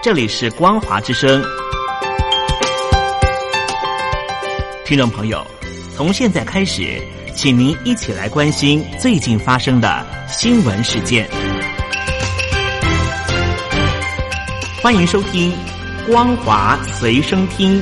这里是光华之声。听众朋友，从现在开始，请您一起来关心最近发生的新闻事件。欢迎收听光华随声听。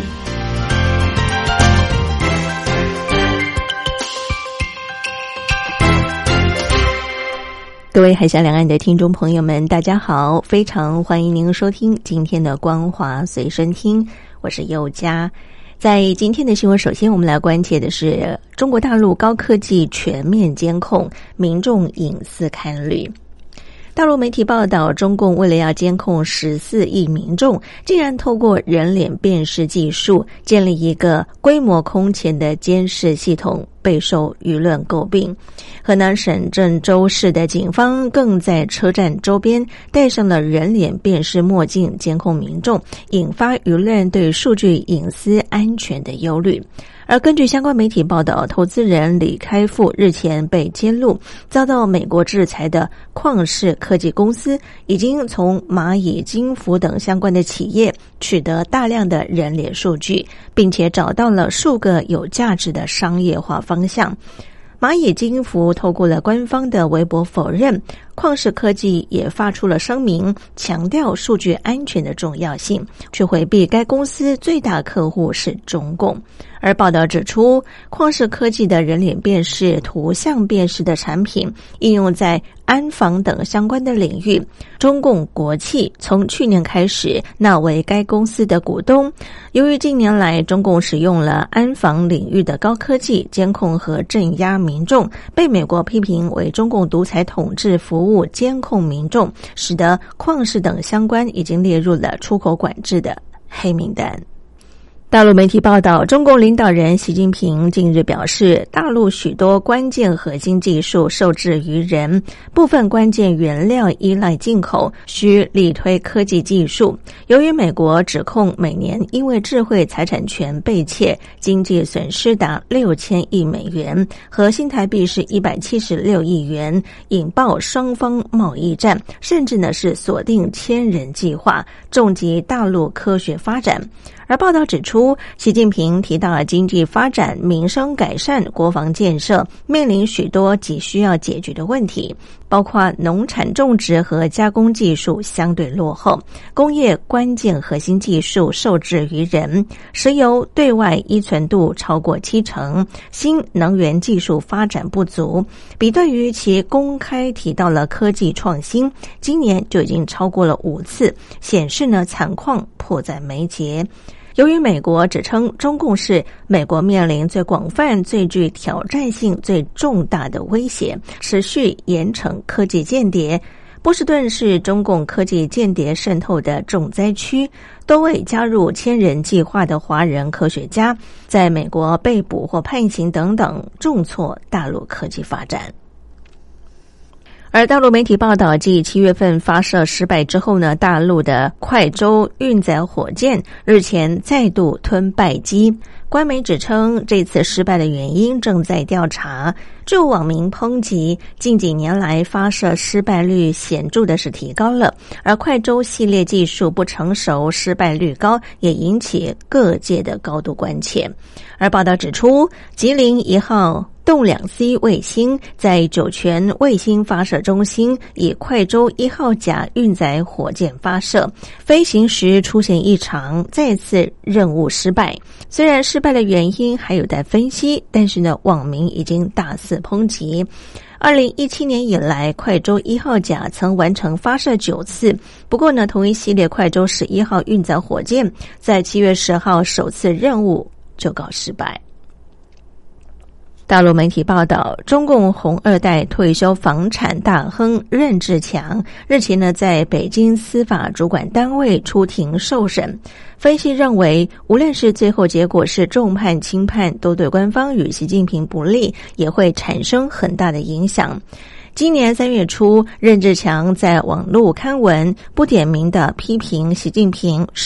各位海峡两岸的听众朋友们，大家好，非常欢迎您收听今天的光华随身听，我是佑佳。在今天的新闻，首先我们来关切的是中国大陆高科技全面监控民众隐私堪虑。大陆媒体报道，中共为了要监控14亿民众，竟然透过人脸辨识技术建立一个规模空前的监视系统，备受舆论诟病。河南省郑州市的警方更在车站周边戴上了人脸辨识墨镜监控民众，引发舆论对数据隐私安全的忧虑。而根据相关媒体报道，投资人李开复日前被揭露遭到美国制裁的旷视科技公司，已经从蚂蚁金服等相关的企业取得大量的人脸数据，并且找到了数个有价值的商业化方向。蚂蚁金服透过了官方的微博否认，旷视科技也发出了声明，强调数据安全的重要性，却回避该公司最大客户是中共。而报道指出，旷视科技的人脸辨识、图像辨识的产品应用在安防等相关的领域，中共国企从去年开始纳为该公司的股东。由于近年来中共使用了安防领域的高科技监控和镇压民众，被美国批评为中共独裁统治服务监控民众，使得旷视等相关已经列入了出口管制的黑名单。大陆媒体报道，中共领导人习近平近日表示，大陆许多关键核心技术受制于人，部分关键原料依赖进口，需力推科技技术。由于美国指控每年因为智慧财产权被窃，经济损失达6000亿美元，和新台币是176亿元，引爆双方贸易战，甚至是锁定千人计划，重击大陆科学发展。而报道指出，习近平提到经济发展、民生改善、国防建设面临许多急需要解决的问题，包括农产种植和加工技术相对落后，工业关键核心技术受制于人，石油对外依存度超过70%，新能源技术发展不足。比对于其公开提到了科技创新，今年就已经超过了5次，显示惨况迫在眉睫。由于美国指称中共是美国面临最广泛、最具挑战性、最重大的威胁，持续严惩科技间谍。波士顿是中共科技间谍渗透的重灾区，多位加入千人计划的华人科学家在美国被捕或判刑等等，重挫大陆科技发展。而大陆媒体报道，继7月份发射失败之后呢，大陆的快舟运载火箭日前再度吞败机。官媒指称，这次失败的原因正在调查。据网民抨击，近几年来发射失败率显著的是提高了，而快舟系列技术不成熟、失败率高，也引起各界的高度关切。而报道指出，吉林1号动2C 卫星在酒泉卫星发射中心以快舟1号甲运载火箭发射，飞行时出现异常，再次任务失败。虽然失败的原因还有待分析，但是网民已经大肆抨击。2017年以来，快舟1号甲曾完成发射9次，不过同一系列快舟11号运载火箭在7月10号首次任务就告失败。大陆媒体报道，中共红二代退休房产大亨任志强日前在北京司法主管单位出庭受审。分析认为，无论是最后结果是重判轻判，都对官方与习近平不利，也会产生很大的影响。今年3月初，任志强在网络刊文不点名的批评习近平是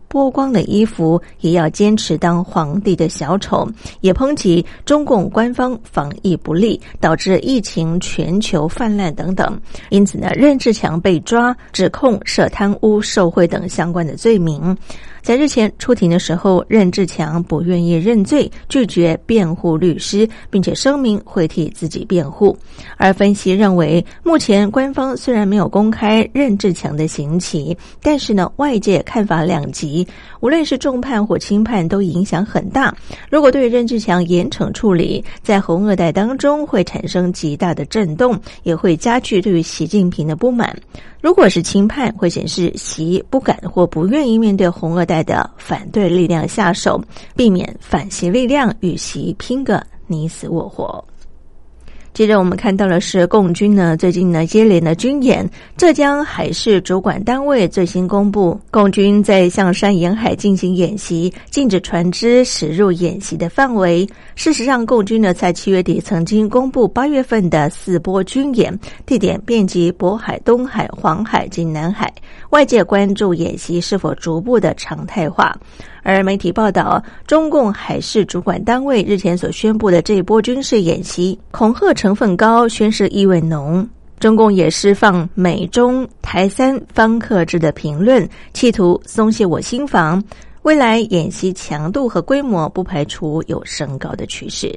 剥光了衣服也要坚持当皇帝的小丑，也抨击中共官方防疫不力，导致疫情全球泛滥等等。因此呢，任志强被抓，指控涉贪污受贿等相关的罪名。在日前出庭的时候，任志强不愿意认罪，拒绝辩护律师，并且声明会替自己辩护。而分析认为，目前官方虽然没有公开任志强的刑期，但是呢，外界看法两极，无论是重判或轻判都影响很大。如果对任志强严惩处理，在红二代当中会产生极大的震动，也会加剧对于习近平的不满。如果是轻判，会显示习不敢或不愿意面对红二代的反对力量下手，避免反习力量与习拼个你死我活。接着我们看到的是共军呢最近呢接连的军演，浙江海事主管单位最新公布，共军在象山沿海进行演习，禁止船只驶入演习的范围。事实上，共军呢在7月底曾经公布8月份的4波军演，地点遍及渤海、东海、黄海及南海，外界关注演习是否逐步的常态化。而媒体报道，中共海事主管单位日前所宣布的这一波军事演习，恐吓成分高，宣示意味浓。中共也释放美中台三方克制的评论，企图松懈我心防。未来演习强度和规模不排除有升高的趋势。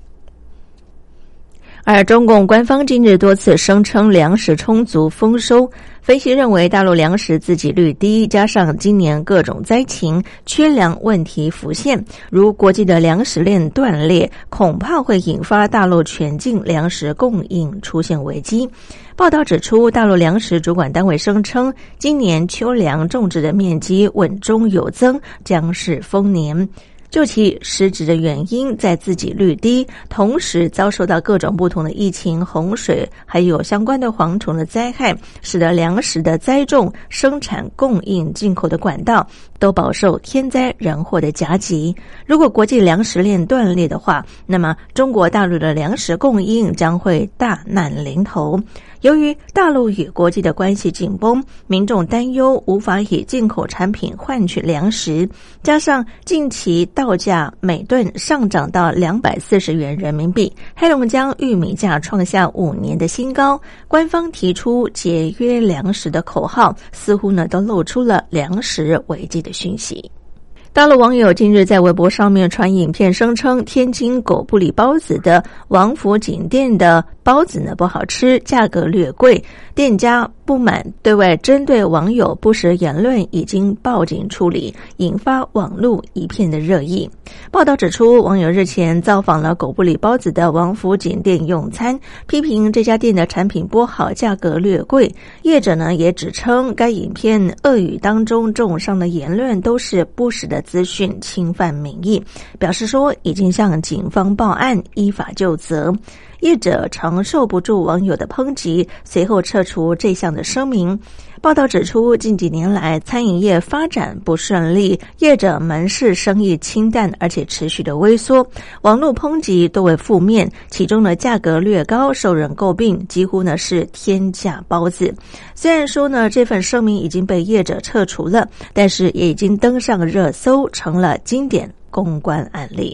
而中共官方近日多次声称粮食充足丰收，分析认为大陆粮食自给率低，加上今年各种灾情，缺粮问题浮现，如国际的粮食链断裂，恐怕会引发大陆全境粮食供应出现危机。报道指出，大陆粮食主管单位声称，今年秋粮种植的面积稳中有增，将是丰年。就其实质的原因，在自给率低，同时遭受到各种不同的疫情、洪水，还有相关的蝗虫的灾害，使得粮食的栽种、生产、供应、进口的管道都饱受天灾人祸的夹击。如果国际粮食链断裂的话，那么中国大陆的粮食供应将会大难临头。由于大陆与国际的关系紧绷，民众担忧无法以进口产品换取粮食，加上近期稻价每吨上涨到240元人民币，黑龙江玉米价创下5年的新高，官方提出节约粮食的口号，似乎呢都露出了粮食危机的讯息。大陆网友近日在微博上面传影片，声称天津狗不理包子的王府井店的包子呢不好吃，价格略贵，店家不满，对外针对网友不实言论已经报警处理，引发网络一片的热议。报道指出，网友日前造访了狗不理包子的王府井店用餐，批评这家店的产品不好，价格略贵。业者呢也指称该影片恶语当中重伤的言论都是不实的资讯，侵犯民意，表示说已经向警方报案，依法就责。业者承受不住网友的抨击，随后撤除这项的声明。报道指出，近几年来餐饮业发展不顺利，业者门市生意清淡，而且持续的萎缩，网络抨击多为负面，其中呢价格略高，受人诟病，几乎呢是天价包子。虽然说呢这份声明已经被业者撤除了，但是也已经登上热搜，成了经典公关案例。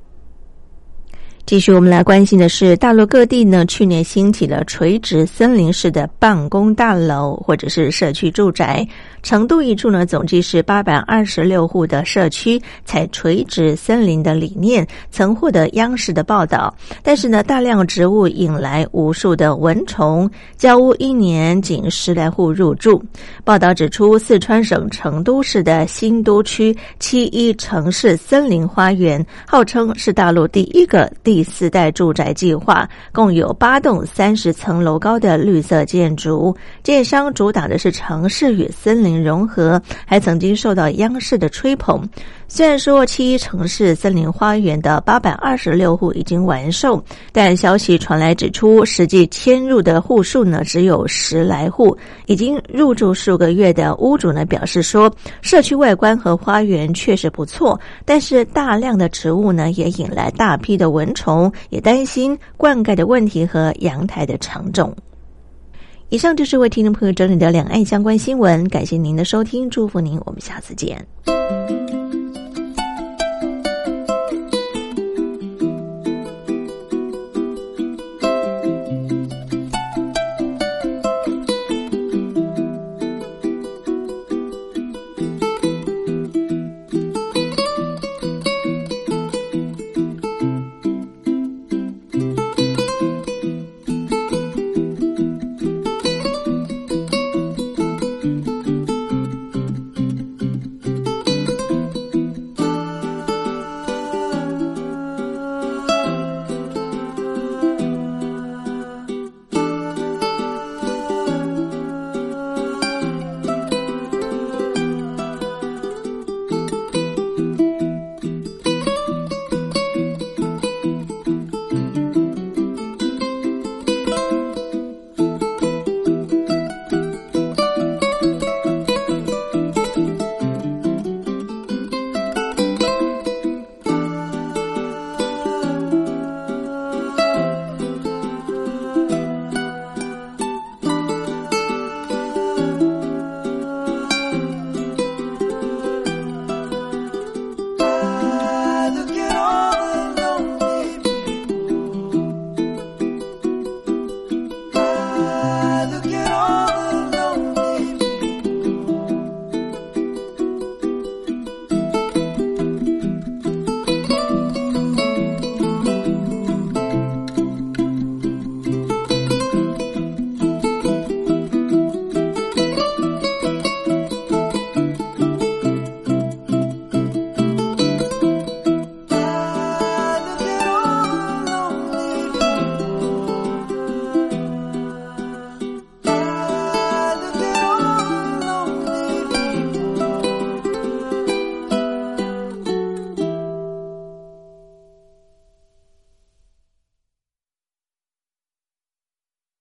继续我们来关心的是，大陆各地呢去年兴起了垂直森林式的办公大楼或者是社区住宅，成都一处呢总计是826户的社区采垂直森林的理念，曾获得央视的报道。但是呢大量植物引来无数的蚊虫，交屋1年仅10来户入住。报道指出，四川省成都市的新都区7·1城市森林花园号称是大陆第一个第4代住宅计划，共有8栋30层楼高的绿色建筑，建商主打的是城市与森林融合，还曾经受到央视的吹捧。虽然说7·1城市森林花园的826户已经完售，但消息传来指出，实际迁入的户数呢只有10来户。已经入住数个月的屋主呢表示说，社区外观和花园确实不错，但是大量的植物呢也引来大批的蚊虫，也担心灌溉的问题和阳台的承重。以上就是为听众朋友整理的两岸相关新闻，感谢您的收听，祝福您，我们下次见。